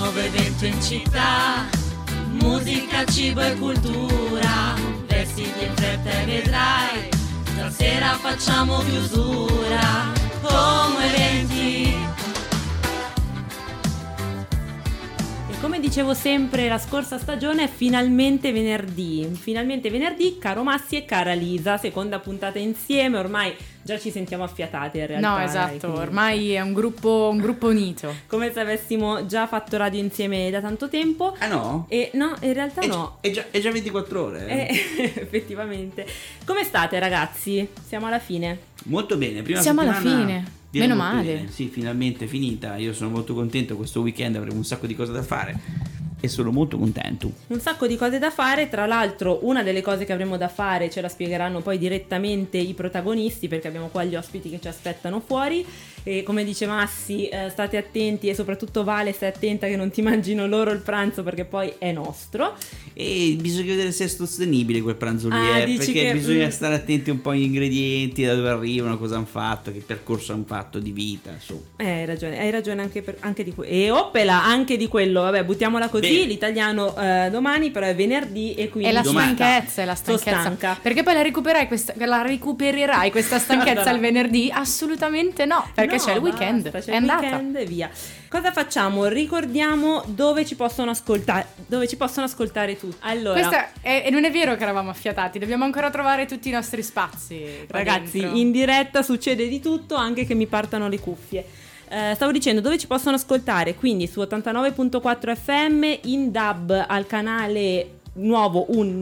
nuovo evento in città, musica, cibo e cultura, vestiti in fretta e vedrai, stasera facciamo chiusura, Como Eventi. Come dicevo sempre la scorsa stagione, è finalmente venerdì, caro Massi e cara Lisa, seconda puntata insieme, ormai già ci sentiamo affiatate in realtà. No, esatto, ormai è un gruppo unito. Come se avessimo già fatto radio insieme da tanto tempo. Ah no? No, in realtà no. È già 24 ore. Effettivamente. Come state ragazzi? Siamo alla fine. Molto bene, Siamo alla fine. Meno male. Bene. Sì, finalmente finita. Io sono molto contento. Questo weekend avremo un sacco di cose da fare e sono molto contento. Un sacco di cose da fare. Tra l'altro, una delle cose che avremo da fare ce la spiegheranno poi direttamente i protagonisti, perché abbiamo qua gli ospiti che ci aspettano fuori. E come dice Massi, state attenti, e soprattutto Vale, stai attenta che non ti mangino loro il pranzo, perché poi è nostro. E bisogna vedere se è sostenibile quel pranzo lì, perché che bisogna stare attenti un po' agli ingredienti, da dove arrivano, cosa hanno fatto, che percorso hanno fatto di vita, insomma. Hai ragione anche di quello. E oppela, anche di quello, vabbè, buttiamola così. Bene. L'italiano domani, però è venerdì e quindi è la stanchezza, Sto stanca. Perché poi la recupererai questa stanchezza il venerdì? Assolutamente no, perché c'è il weekend. Basta, c'è il weekend e via. Cosa facciamo? Ricordiamo dove ci possono ascoltare tutti. Allora, non è vero che eravamo affiatati, dobbiamo ancora trovare tutti i nostri spazi. Ragazzi, dentro. in diretta succede di tutto, anche che mi partano le cuffie. Stavo dicendo dove ci possono ascoltare, quindi su 89.4 FM, in DAB al canale nuovo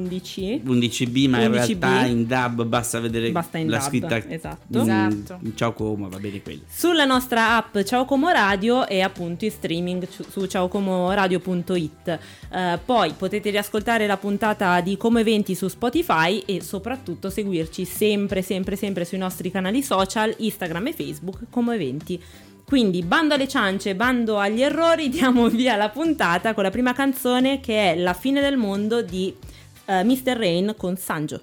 11B, ma 11B. in realtà in DAB basta vedere la DAB, scritta esatto. Ciao Como, va bene quello. Sulla nostra app Ciao Como Radio e appunto in streaming su ciaocomoradio.it. Poi potete riascoltare la puntata di Como Eventi su Spotify e soprattutto seguirci sempre sui nostri canali social, Instagram e Facebook, Como Eventi. Quindi bando alle ciance, bando agli errori, diamo via la puntata con la prima canzone, che è La fine del mondo di Mr. Rain con Sanjo.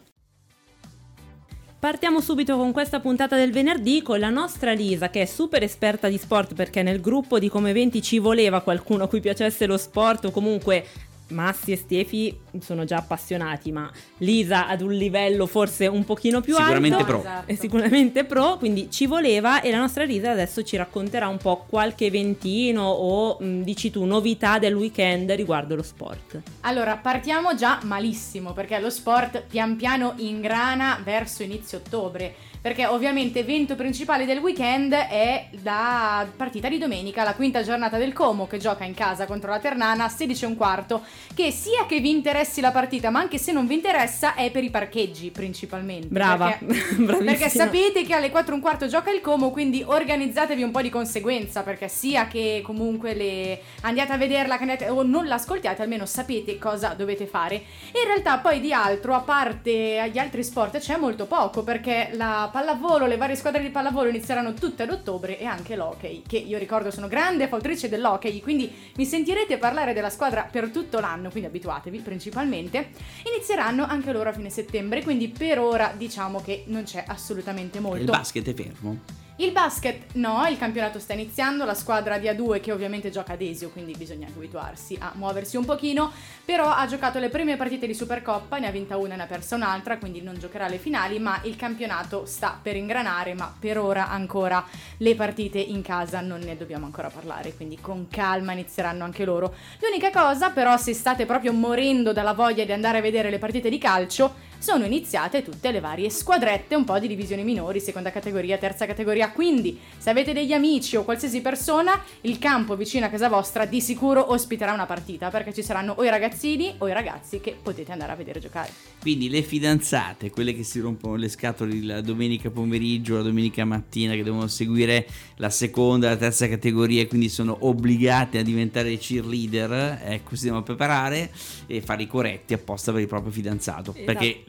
Partiamo subito con questa puntata del venerdì con la nostra Lisa, che è super esperta di sport, perché nel gruppo di Come Eventi ci voleva qualcuno a cui piacesse lo sport, o comunque Massi e Stefi sono già appassionati, ma Lisa ad un livello forse un pochino più sicuramente alto, pro. Esatto. è sicuramente pro, quindi ci voleva, e la nostra Lisa adesso ci racconterà un po' qualche eventino o dici tu novità del weekend riguardo lo sport. Allora, partiamo già malissimo, perché lo sport pian piano ingrana verso inizio ottobre, perché ovviamente evento principale del weekend è la partita di domenica, la quinta giornata del Como, che gioca in casa contro la Ternana 16:15, che sia che vi interessi la partita, ma anche se non vi interessa, è per i parcheggi principalmente. Brava, perché sapete che alle 4:15 gioca il Como, quindi organizzatevi un po' di conseguenza, perché sia che comunque andiate a vederla o non l'ascoltiate, almeno sapete cosa dovete fare. E in realtà poi di altro, a parte gli altri sport, c'è molto poco, perché la pallavolo, le varie squadre di pallavolo inizieranno tutte ad ottobre, e anche l'hockey, che io ricordo sono grande fautrice dell'hockey, quindi mi sentirete parlare della squadra per tutto l'anno, quindi abituatevi principalmente. Inizieranno anche loro a fine settembre, quindi per ora diciamo che non c'è assolutamente molto. Il basket è fermo? Il basket no, il campionato sta iniziando, la squadra di A2 che ovviamente gioca ad Desio, quindi bisogna abituarsi a muoversi un pochino, però ha giocato le prime partite di Supercoppa, ne ha vinta una e ne ha persa un'altra, quindi non giocherà le finali, ma il campionato sta per ingranare, ma per ora ancora le partite in casa non ne dobbiamo ancora parlare, quindi con calma inizieranno anche loro. L'unica cosa però, se state proprio morendo dalla voglia di andare a vedere le partite di calcio, sono iniziate tutte le varie squadrette, un po' di divisioni minori, seconda categoria, terza categoria, quindi se avete degli amici o qualsiasi persona, il campo vicino a casa vostra di sicuro ospiterà una partita, perché ci saranno o i ragazzini o i ragazzi che potete andare a vedere giocare. Quindi le fidanzate, quelle che si rompono le scatole la domenica pomeriggio, la domenica mattina, che devono seguire la seconda, la terza categoria e quindi sono obbligate a diventare cheerleader, ecco, si devono preparare e fare i coretti apposta per il proprio fidanzato, Esatto. perché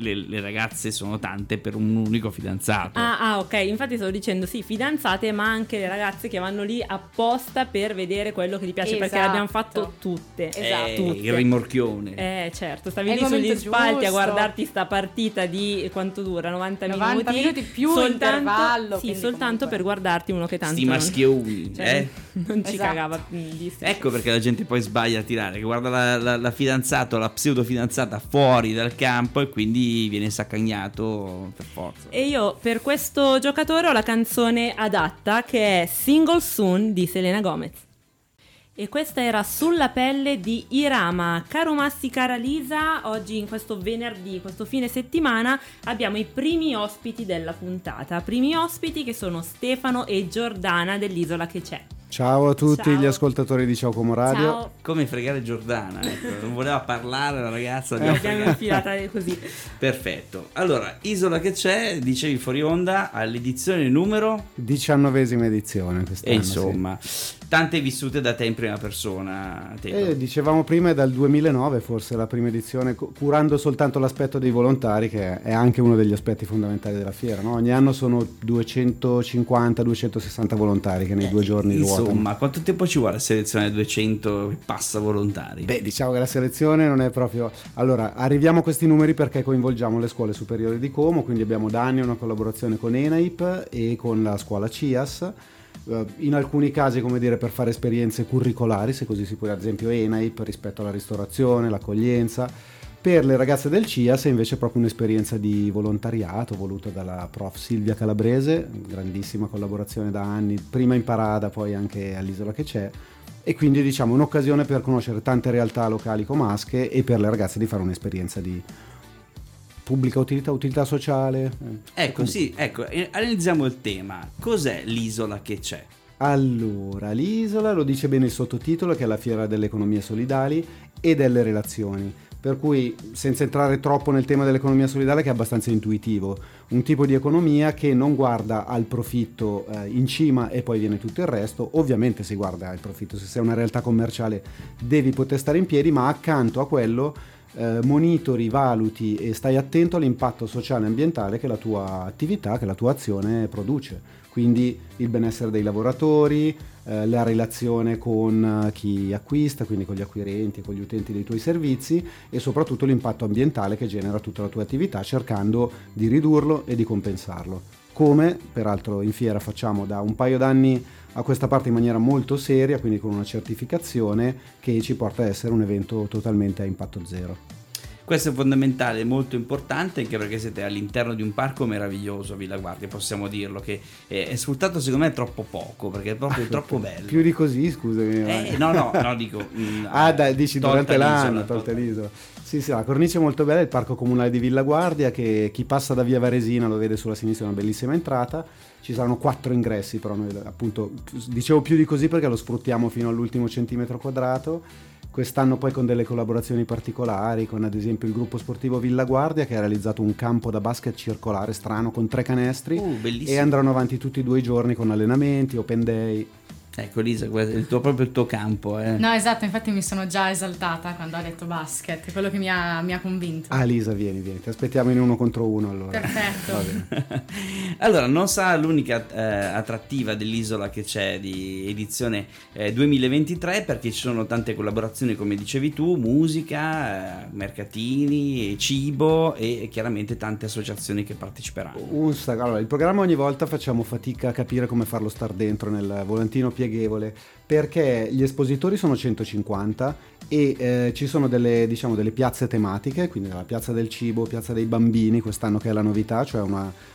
le ragazze sono tante per un unico fidanzato. Ok, infatti stavo dicendo sì, fidanzate, ma anche le ragazze che vanno lì apposta per vedere quello che gli piace, perché Esatto. l'abbiamo fatto tutte. Esatto. Tutte. Il rimorchione. Certo, stavi È lì il sugli momento spalti a giusto. guardarti sta partita di quanto dura? 90 minuti più intervallo, Sì, quindi soltanto comunque. per guardarti uno che tanto Sti maschioni, non ci Esatto. cagava di sé. Ecco perché la gente poi sbaglia a tirare, che guarda la fidanzata o la pseudo fidanzata fuori dal campo e quindi viene saccagnato per forza. E io per questo giocatore ho la canzone adatta, che è Single Soon di Selena Gomez. E questa era Sulla pelle di Irama. Caro Massi, cara Lisa, oggi in questo venerdì, questo fine settimana, abbiamo i primi ospiti della puntata. Primi ospiti che sono Stefano e Giordana dell'Isola che c'è. Ciao a tutti Ciao. gli ascoltatori di Ciao Como Radio. Ciao. Come fregare Giordana, ecco. Non voleva parlare la ragazza, l'abbiamo L'abbiamo fregata. infilata così. Perfetto. Allora, Isola che c'è, dicevi fuori onda, all'edizione numero 19esima edizione quest'anno. e insomma, tante vissute da te in prima persona, Teo. Dicevamo prima è dal 2009 forse la prima edizione, curando soltanto l'aspetto dei volontari, che è anche uno degli aspetti fondamentali della fiera, no? Ogni anno sono 250-260 volontari che nei 2 giorni ruotano. Insomma, quanto tempo ci vuole a selezionare 200 e passa volontari? Beh, diciamo che la selezione non è proprio... Allora, arriviamo a questi numeri perché coinvolgiamo le scuole superiori di Como, quindi abbiamo da anni una collaborazione con ENAIP e con la scuola CIAS, in alcuni casi, come dire, per fare esperienze curricolari, se così si può, ad esempio ENAIP rispetto alla ristorazione, l'accoglienza. Per le ragazze del CIAS è invece proprio un'esperienza di volontariato voluta dalla prof Silvia Calabrese, grandissima collaborazione da anni, prima in Parada, poi anche all'Isola che c'è, e quindi diciamo un'occasione per conoscere tante realtà locali comasche e per le ragazze di fare un'esperienza di pubblica utilità sociale. Ecco, sì, ecco, analizziamo il tema. Cos'è l'Isola che c'è? Allora, l'isola, lo dice bene il sottotitolo, che è la fiera delle economie solidali e delle relazioni. Per cui, senza entrare troppo nel tema dell'economia solidale, che è abbastanza intuitivo, un tipo di economia che non guarda al profitto in cima e poi viene tutto il resto. Ovviamente si guarda al profitto, se sei una realtà commerciale devi poter stare in piedi, ma accanto a quello monitori, valuti e stai attento all'impatto sociale e ambientale che la tua attività, che la tua azione produce. Quindi il benessere dei lavoratori, la relazione con chi acquista, quindi con gli acquirenti e con gli utenti dei tuoi servizi, e soprattutto l'impatto ambientale che genera tutta la tua attività, cercando di ridurlo e di compensarlo. Come peraltro in fiera facciamo da un paio d'anni a questa parte in maniera molto seria, quindi con una certificazione che ci porta ad essere un evento totalmente a impatto zero. Questo è fondamentale, molto importante, anche perché siete all'interno di un parco meraviglioso, Villa Guardia, possiamo dirlo, che è sfruttato secondo me troppo poco, perché è proprio troppo bello. Più di così, scusami. No, dico... Dici tolta durante l'anno, l'isola, tolta l'isola. Sì, la cornice è molto bella, il parco comunale di Villa Guardia, che chi passa da via Varesina lo vede sulla sinistra, è una bellissima entrata. Ci saranno 4 ingressi, però noi appunto dicevo più di così perché lo sfruttiamo fino all'ultimo centimetro quadrato. Quest'anno poi con delle collaborazioni particolari, con ad esempio il gruppo sportivo Villa Guardia, che ha realizzato un campo da basket circolare strano con 3 canestri, bellissimo. e andranno avanti tutti i 2 giorni con allenamenti, open day. Ecco Lisa, questo è proprio il tuo campo. No, esatto, infatti mi sono già esaltata quando ha detto basket, è quello che mi ha convinto. Ah, Lisa, vieni, ti aspettiamo in 1 contro 1 allora. Perfetto. Va bene. Allora, non sarà l'unica attrattiva dell'isola che c'è di edizione 2023, perché ci sono tante collaborazioni, come dicevi tu, musica, mercatini, cibo e chiaramente tante associazioni che parteciperanno. Allora, il programma ogni volta facciamo fatica a capire come farlo star dentro nel volantino pieghevole, perché gli espositori sono 150 e ci sono delle piazze tematiche, quindi la piazza del cibo, piazza dei bambini quest'anno, che è la novità, cioè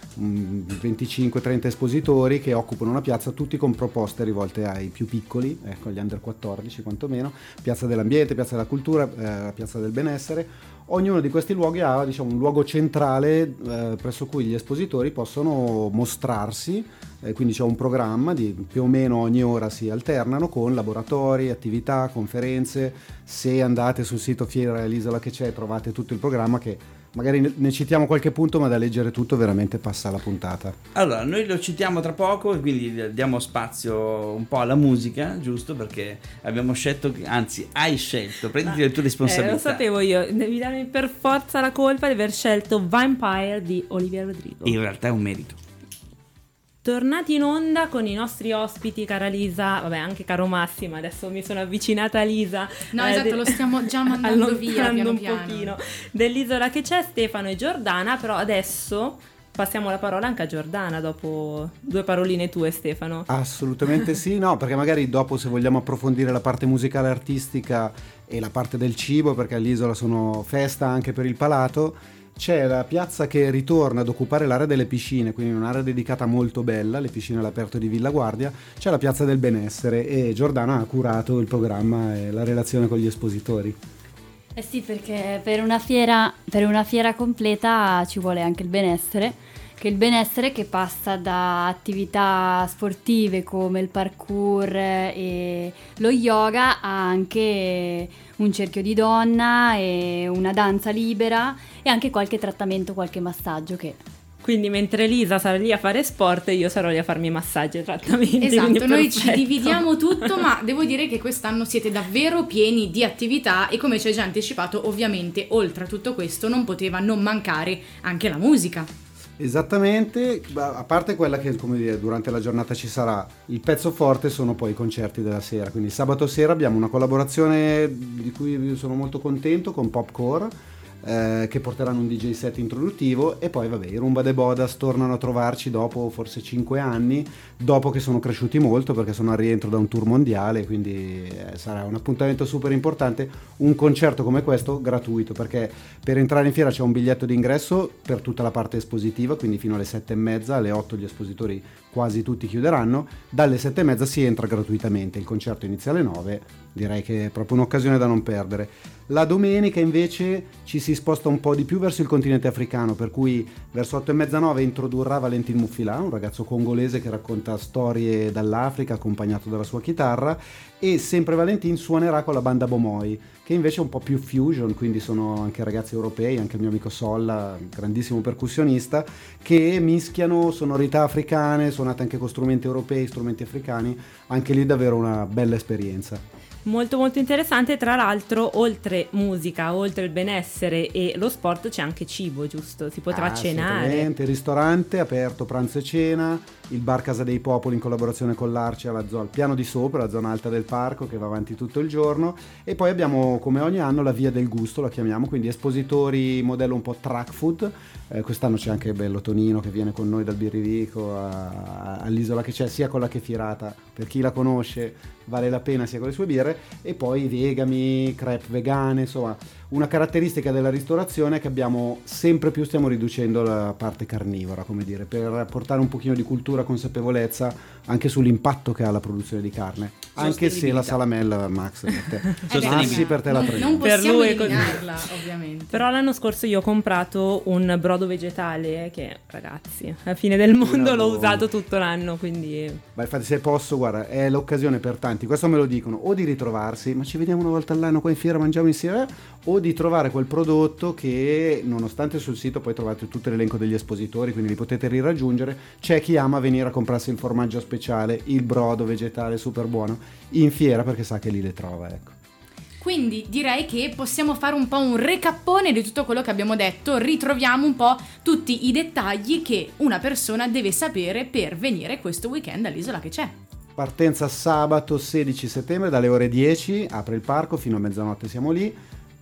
25-30 espositori che occupano una piazza, tutti con proposte rivolte ai più piccoli, ecco, agli under 14 quantomeno, piazza dell'ambiente, piazza della cultura, piazza del benessere. Ognuno di questi luoghi ha un luogo centrale presso cui gli espositori possono mostrarsi, quindi c'è un programma di più o meno ogni ora si alternano con laboratori, attività, conferenze. Se andate sul sito Fiera dell'Isola che c'è trovate tutto il programma, che magari ne citiamo qualche punto, ma da leggere tutto veramente passa la puntata. Allora, noi lo citiamo tra poco e quindi diamo spazio un po' alla musica, giusto? Perché abbiamo scelto, anzi hai scelto, prenditi le tue responsabilità. Lo sapevo io, devi darmi per forza la colpa di aver scelto Vampire di Olivia Rodrigo. In realtà è un merito. Tornati in onda con i nostri ospiti, cara Lisa, vabbè anche caro Massimo, adesso mi sono avvicinata a Lisa. No, esatto, lo stiamo già mandando via piano un piano. pochino dell'isola che c'è, Stefano e Giordana, però adesso passiamo la parola anche a Giordana dopo 2 paroline tue, Stefano. Assolutamente sì, no, perché magari dopo, se vogliamo approfondire la parte musicale artistica e la parte del cibo, perché all'isola sono festa anche per il palato, c'è la piazza che ritorna ad occupare l'area delle piscine, quindi un'area dedicata molto bella, le piscine all'aperto di Villa Guardia, c'è la piazza del benessere e Giordana ha curato il programma e la relazione con gli espositori. Eh sì, perché per una fiera completa ci vuole anche il benessere, che passa da attività sportive come il parkour e lo yoga a anche un cerchio di donna e una danza libera e anche qualche trattamento, qualche massaggio che... Quindi mentre Lisa sarà lì a fare sport, io sarò lì a farmi massaggi e trattamenti. Esatto, noi ci perfetto. dividiamo tutto, ma devo dire che quest'anno siete davvero pieni di attività e come ci hai già anticipato, ovviamente oltre a tutto questo non poteva non mancare anche la musica. Esattamente, a parte quella che, come dire, durante la giornata ci sarà, il pezzo forte sono poi i concerti della sera, quindi sabato sera abbiamo una collaborazione di cui sono molto contento con Popcore, che porteranno un DJ set introduttivo e poi vabbè i Rumba de Bodas tornano a trovarci dopo forse 5 anni, dopo che sono cresciuti molto perché sono a rientro da un tour mondiale, quindi sarà un appuntamento super importante, un concerto come questo gratuito, perché per entrare in fiera c'è un biglietto d'ingresso per tutta la parte espositiva, quindi fino alle 7:30, alle 8 gli espositori quasi tutti chiuderanno, dalle 7:30 si entra gratuitamente, il concerto inizia alle 9, direi che è proprio un'occasione da non perdere. La domenica invece ci si sposta un po' di più verso il continente africano, per cui verso 8:30-9 introdurrà Valentin Mufila, un ragazzo congolese che racconta storie dall'Africa accompagnato dalla sua chitarra, e sempre Valentin suonerà con la banda Bomoi, che invece è un po' più fusion, quindi sono anche ragazzi europei, anche il mio amico Solla, grandissimo percussionista, che mischiano sonorità africane, suonate anche con strumenti europei, strumenti africani, anche lì davvero una bella esperienza. Molto molto interessante, tra l'altro oltre musica, oltre il benessere e lo sport c'è anche cibo, giusto? Si potrà cenare. Assolutamente, il ristorante aperto pranzo e cena, il bar Casa dei Popoli in collaborazione con l'Arci al piano di sopra, la zona alta del parco che va avanti tutto il giorno, e poi abbiamo come ogni anno la Via del Gusto, la chiamiamo, quindi espositori modello un po' track food. Quest'anno c'è anche Bello Tonino che viene con noi dal Birrivico all'isola che c'è, sia con la Chefirata, per chi la conosce vale la pena, sia con le sue birre, e poi vegami, crepe vegane, insomma una caratteristica della ristorazione è che stiamo riducendo la parte carnivora, come dire, per portare un pochino di cultura, consapevolezza anche sull'impatto che ha la produzione di carne, anche se la salamella, Max, per te. Massi per te la prendo. Non Per possiamo lui è così. eliminarla, ovviamente. Però l'anno scorso io ho comprato un brodo vegetale che, ragazzi, alla fine del mondo l'ho usato tutto l'anno, quindi... Ma infatti se posso, guarda, è l'occasione per tanti, questo me lo dicono, o di ritrovarsi, ma ci vediamo una volta all'anno qua in fiera, mangiamo insieme, o di trovare quel prodotto che, nonostante sul sito poi trovate tutto l'elenco degli espositori, quindi li potete riraggiungere, c'è chi ama venire a comprarsi il formaggio speciale, il brodo vegetale super buono, in fiera perché sa che lì le trova, ecco. Quindi direi che possiamo fare un po' un recappone di tutto quello che abbiamo detto, ritroviamo un po' tutti i dettagli che una persona deve sapere per venire questo weekend all'isola che c'è. Partenza sabato 16 settembre dalle ore 10, apre il parco, fino a mezzanotte siamo lì,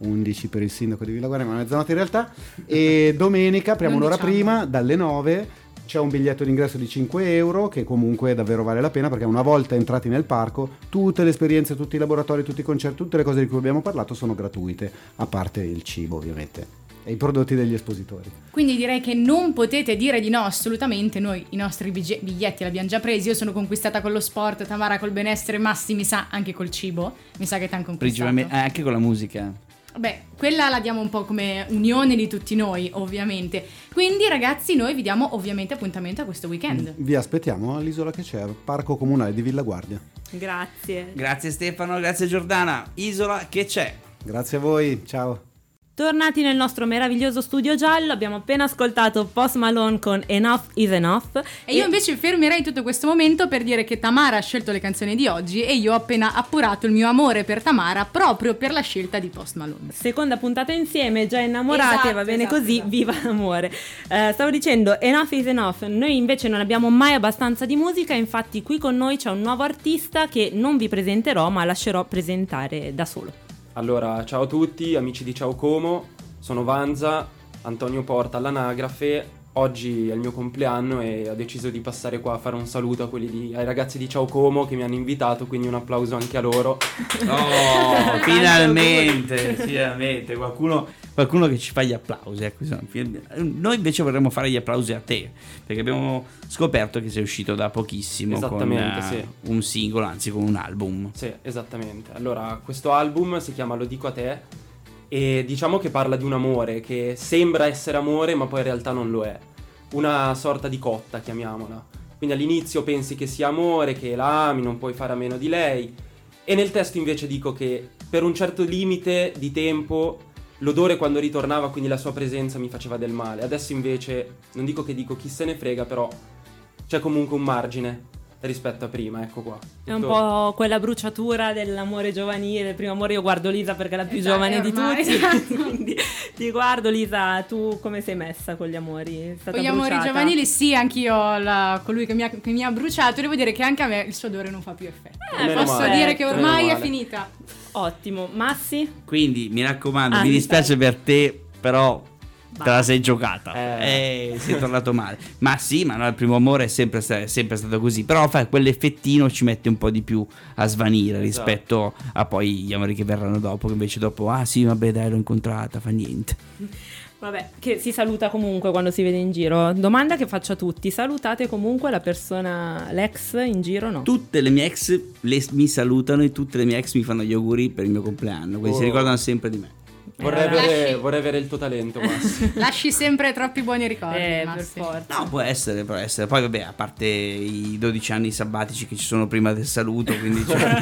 11 per il sindaco di Villa Guardia, ma mezzanotte in realtà, e domenica apriamo Non un'ora diciamo. prima, dalle 9, c'è un biglietto d'ingresso di 5 euro che comunque davvero vale la pena, perché una volta entrati nel parco tutte le esperienze, tutti i laboratori, tutti i concerti, tutte le cose di cui abbiamo parlato sono gratuite, a parte il cibo ovviamente e i prodotti degli espositori. Quindi direi che non potete dire di no assolutamente, noi i nostri biglietti li abbiamo già presi, io sono conquistata con lo sport, Tamara col benessere, Massi mi sa anche col cibo, mi sa che t'hanno conquistato. Principalmente anche con la musica. Beh, quella la diamo un po' come unione di tutti noi, ovviamente. Quindi, ragazzi, noi vi diamo ovviamente appuntamento a questo weekend. Vi aspettiamo all'isola che c'è, Parco Comunale di Villa Guardia. Grazie. Grazie Stefano, grazie Giordana. Isola che c'è. Grazie a voi, ciao. Tornati nel nostro meraviglioso studio giallo, abbiamo appena ascoltato Post Malone con Enough is Enough. E io invece fermerei tutto questo momento per dire che Tamara ha scelto le canzoni di oggi e io ho appena appurato il mio amore per Tamara proprio per la scelta di Post Malone. Seconda puntata insieme, già innamorate, va bene così, viva l'amore. Stavo dicendo Enough is Enough, noi invece non abbiamo mai abbastanza di musica, infatti qui con noi c'è un nuovo artista che non vi presenterò ma lascerò presentare da solo. Allora, ciao a tutti, amici di Ciao Como, sono Vanza, Antonio Porta all'anagrafe. Oggi è il mio compleanno e ho deciso di passare qua a fare un saluto ai ragazzi di Ciao Como che mi hanno invitato, quindi un applauso anche a loro. Oh, finalmente, qualcuno che ci fa gli applausi. Ecco. Noi invece vorremmo fare gli applausi a te, perché abbiamo scoperto che sei uscito da pochissimo con un singolo, anzi con un album. Sì, esattamente. Allora, questo album si chiama Lo dico a te e diciamo che parla di un amore che sembra essere amore ma poi in realtà non lo è. Una sorta di cotta, chiamiamola. Quindi all'inizio pensi che sia amore, che la ami, non puoi fare a meno di lei, e nel testo invece dico che per un certo limite di tempo l'odore quando ritornava, quindi la sua presenza, mi faceva del male. Adesso invece non dico chi se ne frega, però c'è comunque un margine rispetto a prima, ecco qua. È un po' quella bruciatura dell'amore giovanile, del primo amore. Io guardo Lisa perché è la più giovane di tutti, quindi ti guardo. Lisa, tu come sei messa con gli amori? È stata con gli bruciata? Amori giovanili sì, anch'io colui che mi ha bruciato. Devo dire che anche a me il suo odore non fa più effetto. Posso dire che ormai è finita. Ottimo. Massi? Quindi mi raccomando, mi dispiace per te, però te la sei giocata, sei tornato male. Ma sì, ma no, il primo amore è sempre stato così. Però fai quell'effettino, ci mette un po' di più a svanire rispetto a poi gli amori che verranno dopo, che invece dopo, ah sì vabbè dai, l'ho incontrata, fa niente. Vabbè, che si saluta comunque quando si vede in giro. Domanda che faccio a tutti: salutate comunque la persona, l'ex in giro, no? Tutte le mie ex mi salutano e tutte le mie ex mi fanno gli auguri per il mio compleanno, quindi si ricordano sempre di me. Vorrei avere il tuo talento, Massi. Lasci sempre troppi buoni ricordi, per forza. No, può essere. Poi vabbè, a parte i 12 anni sabbatici che ci sono prima del saluto, quindi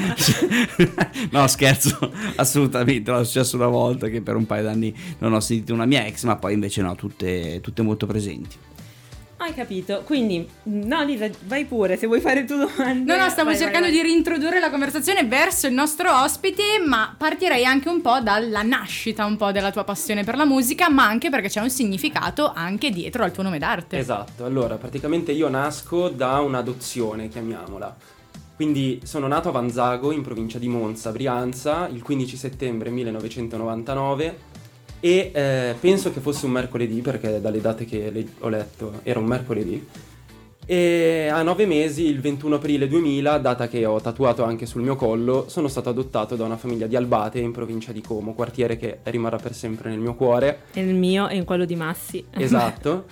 no, scherzo, assolutamente. No, è successo una volta che per un paio d'anni non ho sentito una mia ex, ma poi invece no, tutte molto presenti. Hai capito, quindi no Lisa, vai pure se vuoi fare tu domande. No, stavo cercando di reintrodurre la conversazione verso il nostro ospite, ma partirei anche un po' dalla nascita un po' della tua passione per la musica, ma anche perché c'è un significato anche dietro al tuo nome d'arte. Esatto, allora praticamente io nasco da un'adozione, chiamiamola. Quindi sono nato a Vanzago, in provincia di Monza, Brianza, il 15 settembre 1999 e penso che fosse un mercoledì, perché dalle date che ho letto era un mercoledì. E a 9 mesi, il 21 aprile 2000, data che ho tatuato anche sul mio collo, sono stato adottato da una famiglia di Albate in provincia di Como, quartiere che rimarrà per sempre nel mio cuore. E nel mio e in quello di Massi. Esatto.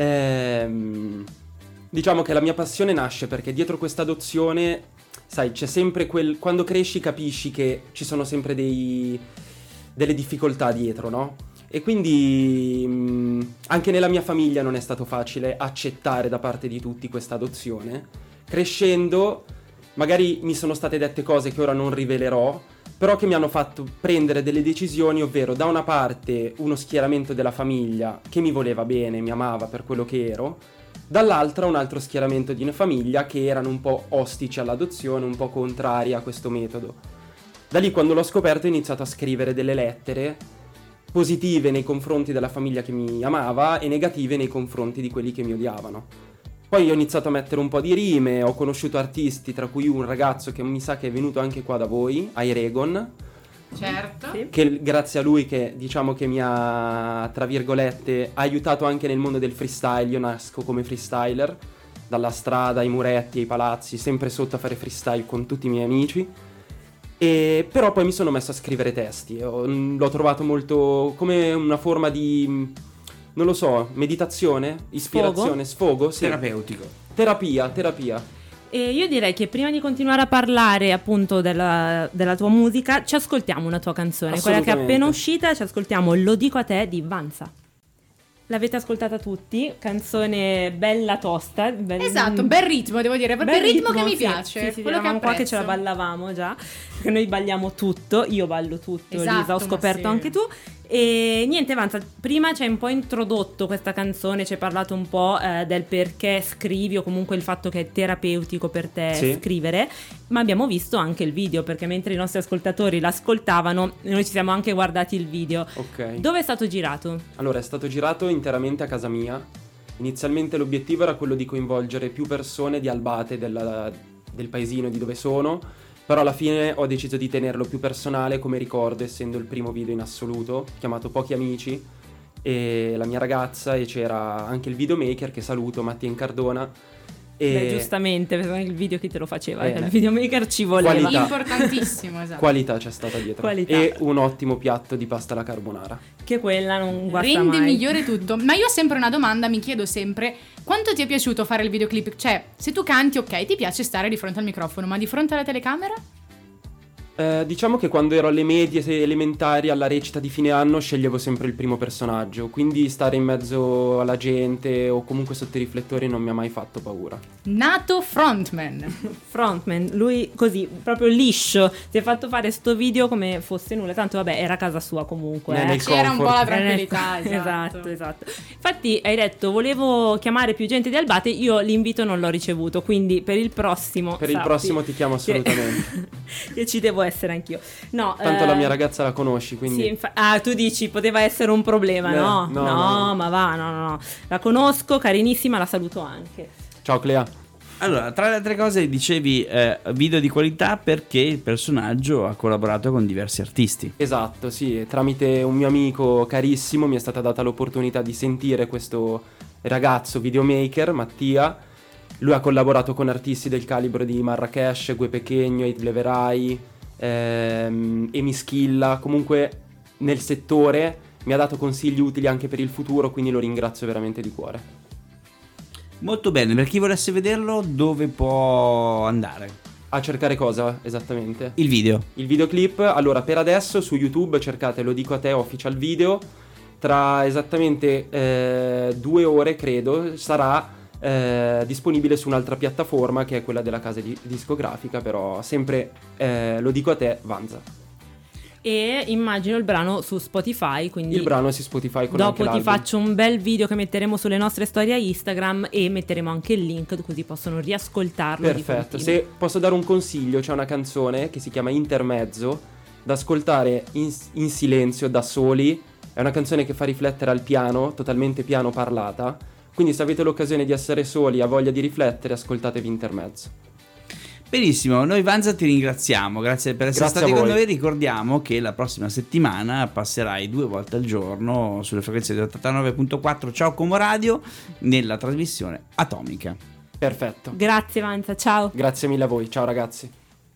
Diciamo che la mia passione nasce perché dietro questa adozione, sai, c'è sempre quando cresci capisci che ci sono sempre delle difficoltà dietro, no? E quindi anche nella mia famiglia non è stato facile accettare da parte di tutti questa adozione. Crescendo magari mi sono state dette cose che ora non rivelerò, però che mi hanno fatto prendere delle decisioni, ovvero da una parte uno schieramento della famiglia che mi voleva bene, mi amava per quello che ero, dall'altra un altro schieramento di una famiglia che erano un po' ostici all'adozione, un po' contrari a questo metodo. Da lì, quando l'ho scoperto, ho iniziato a scrivere delle lettere positive nei confronti della famiglia che mi amava e negative nei confronti di quelli che mi odiavano. Poi ho iniziato a mettere un po' di rime, ho conosciuto artisti, tra cui un ragazzo che mi sa che è venuto anche qua da voi, Iregon. Certo. Che grazie a lui che diciamo che mi ha, tra virgolette, aiutato anche nel mondo del freestyle. Io nasco come freestyler, dalla strada ai muretti, ai palazzi, sempre sotto a fare freestyle con tutti i miei amici. E però poi mi sono messo a scrivere testi, l'ho trovato molto come una forma di, non lo so, meditazione, ispirazione, sfogo sì. Terapeutico. Terapia. E io direi che prima di continuare a parlare appunto della tua musica, ci ascoltiamo una tua canzone, quella che è appena uscita, ci ascoltiamo Lo dico a te di Vanza. L'avete ascoltata tutti, canzone bella tosta. Esatto, bel ritmo, devo dire, proprio il ritmo che mi piace. Sì, quello che eravamo qua che ce la ballavamo già, perché noi balliamo tutto, io ballo tutto, esatto, Lisa, ho scoperto anche tu. E niente, Vanza, prima ci hai un po' introdotto questa canzone, ci hai parlato un po' del perché scrivi, o comunque il fatto che è terapeutico per te scrivere, ma abbiamo visto anche il video, perché mentre i nostri ascoltatori l'ascoltavano noi ci siamo anche guardati il video. Ok. Dove è stato girato? Allora, è stato girato interamente a casa mia. Inizialmente l'obiettivo era quello di coinvolgere più persone di Albate, del paesino di dove sono, però alla fine ho deciso di tenerlo più personale come ricordo, essendo il primo video in assoluto, chiamato Pochi Amici, e la mia ragazza, e c'era anche il videomaker, che saluto, Mattia Incardona. Beh, giustamente, perché il video chi te lo faceva? Bene. Il videomaker ci voleva. Qualità. Importantissimo, esatto. Qualità c'è stata dietro. Qualità. E un ottimo piatto di pasta alla carbonara. Che quella non guasta Rende mai. migliore tutto. Ma io ho sempre una domanda, mi chiedo sempre: quanto ti è piaciuto fare il videoclip? Cioè, se tu canti, ok, ti piace stare di fronte al microfono, ma di fronte alla telecamera? Diciamo che quando ero alle medie elementari, alla recita di fine anno, sceglievo sempre il primo personaggio, quindi stare in mezzo alla gente o comunque sotto i riflettori non mi ha mai fatto paura. Nato frontman. Frontman, lui così, proprio liscio, si è fatto fare sto video come fosse nulla, tanto vabbè, era casa sua comunque. Nel C'era un po' la comfort. tranquillità, Esatto. Infatti hai detto volevo chiamare più gente di Albate, io l'invito non l'ho ricevuto, quindi per il prossimo Per il sappi prossimo ti chiamo assolutamente. che ci devo essere anch'io. No, Tanto la mia ragazza la conosci, quindi... sì, tu dici poteva essere un problema, no? No. Ma va, no. La conosco, carinissima, la saluto anche. Ciao Clea. Allora, tra le altre cose dicevi video di qualità perché il personaggio ha collaborato con diversi artisti. Esatto, sì, tramite un mio amico carissimo mi è stata data l'opportunità di sentire questo ragazzo videomaker, Mattia. Lui ha collaborato con artisti del calibro di Marrakesh, Gue Pequeno, Ed Leverai, Emi Schilla, comunque nel settore mi ha dato consigli utili anche per il futuro, quindi lo ringrazio veramente di cuore. Molto bene, per chi volesse vederlo dove può andare? A cercare cosa esattamente? Il video. Il videoclip, allora per adesso su YouTube cercate Lo dico a te official video, tra esattamente 2 ore credo sarà disponibile su un'altra piattaforma che è quella della casa discografica, però sempre Lo dico a te Vanza. E immagino il brano su Spotify, quindi Il brano è su Spotify con anche dopo ti l'album. faccio un bel video che metteremo sulle nostre storie Instagram e metteremo anche il link così possono riascoltarlo. Perfetto, se posso dare un consiglio, c'è una canzone che si chiama Intermezzo da ascoltare in silenzio da soli, è una canzone che fa riflettere al piano, totalmente piano parlata, quindi se avete l'occasione di essere soli e ha voglia di riflettere, ascoltatevi Intermezzo. Benissimo, noi Vanza ti ringraziamo, grazie per essere Grazie stati a con voi. noi. Ricordiamo che la prossima settimana passerai 2 volte al giorno sulle frequenze di 89.4 Ciao Como Radio nella trasmissione Atomica. Perfetto. Grazie Vanza, ciao. Grazie mille a voi, ciao ragazzi.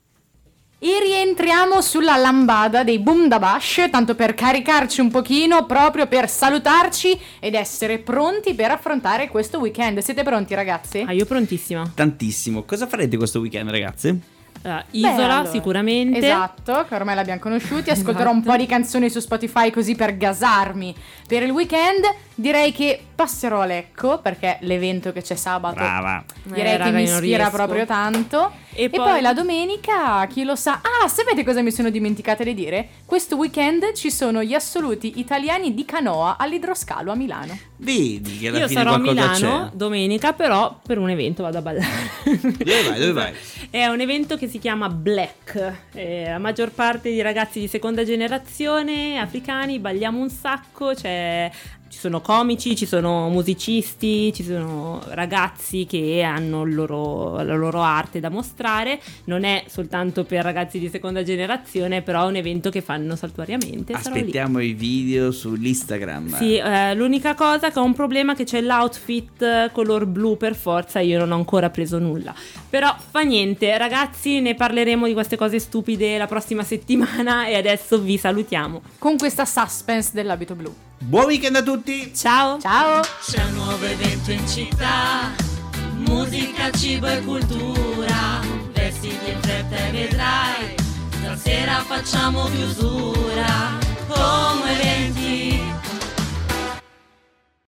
E rientriamo sulla lambada dei Boom da Bash, tanto per caricarci un pochino, proprio per salutarci ed essere pronti per affrontare questo weekend. Siete pronti, ragazzi? Io prontissima. Tantissimo. Cosa farete questo weekend, ragazze? Isola allora, sicuramente. Esatto, che ormai l'abbiamo conosciuti. Ascolterò un po' di canzoni su Spotify così per gasarmi per il weekend. Direi che passerò a Lecco perché l'evento che c'è sabato Brava. direi che raga, mi io non ispira riesco. proprio tanto. E poi la domenica, chi lo sa. Ah, sapete cosa mi sono dimenticata di dire? Questo weekend ci sono gli assoluti italiani di canoa all'Idroscalo a Milano. Vedi che alla Io fine sarò a qualcosa Milano domenica, però per un evento vado a ballare. Dove vai? È un evento che si chiama Black. La maggior parte di ragazzi di seconda generazione africani, balliamo un sacco, ci sono comici, ci sono musicisti, ci sono ragazzi che hanno la loro arte da mostrare. Non è soltanto per ragazzi di seconda generazione, però è un evento che fanno saltuariamente. Sarò lì. Aspettiamo i video sull'Instagram. Sì, l'unica cosa che ho un problema è che c'è l'outfit color blu per forza, io non ho ancora preso nulla. Però fa niente, ragazzi, ne parleremo di queste cose stupide la prossima settimana e adesso vi salutiamo. Con questa suspense dell'abito blu. Buon weekend a tutti! Ciao! Ciao! C'è un nuovo evento in città, musica, cibo e cultura, vestiti in fretta e vedrai, stasera facciamo chiusura.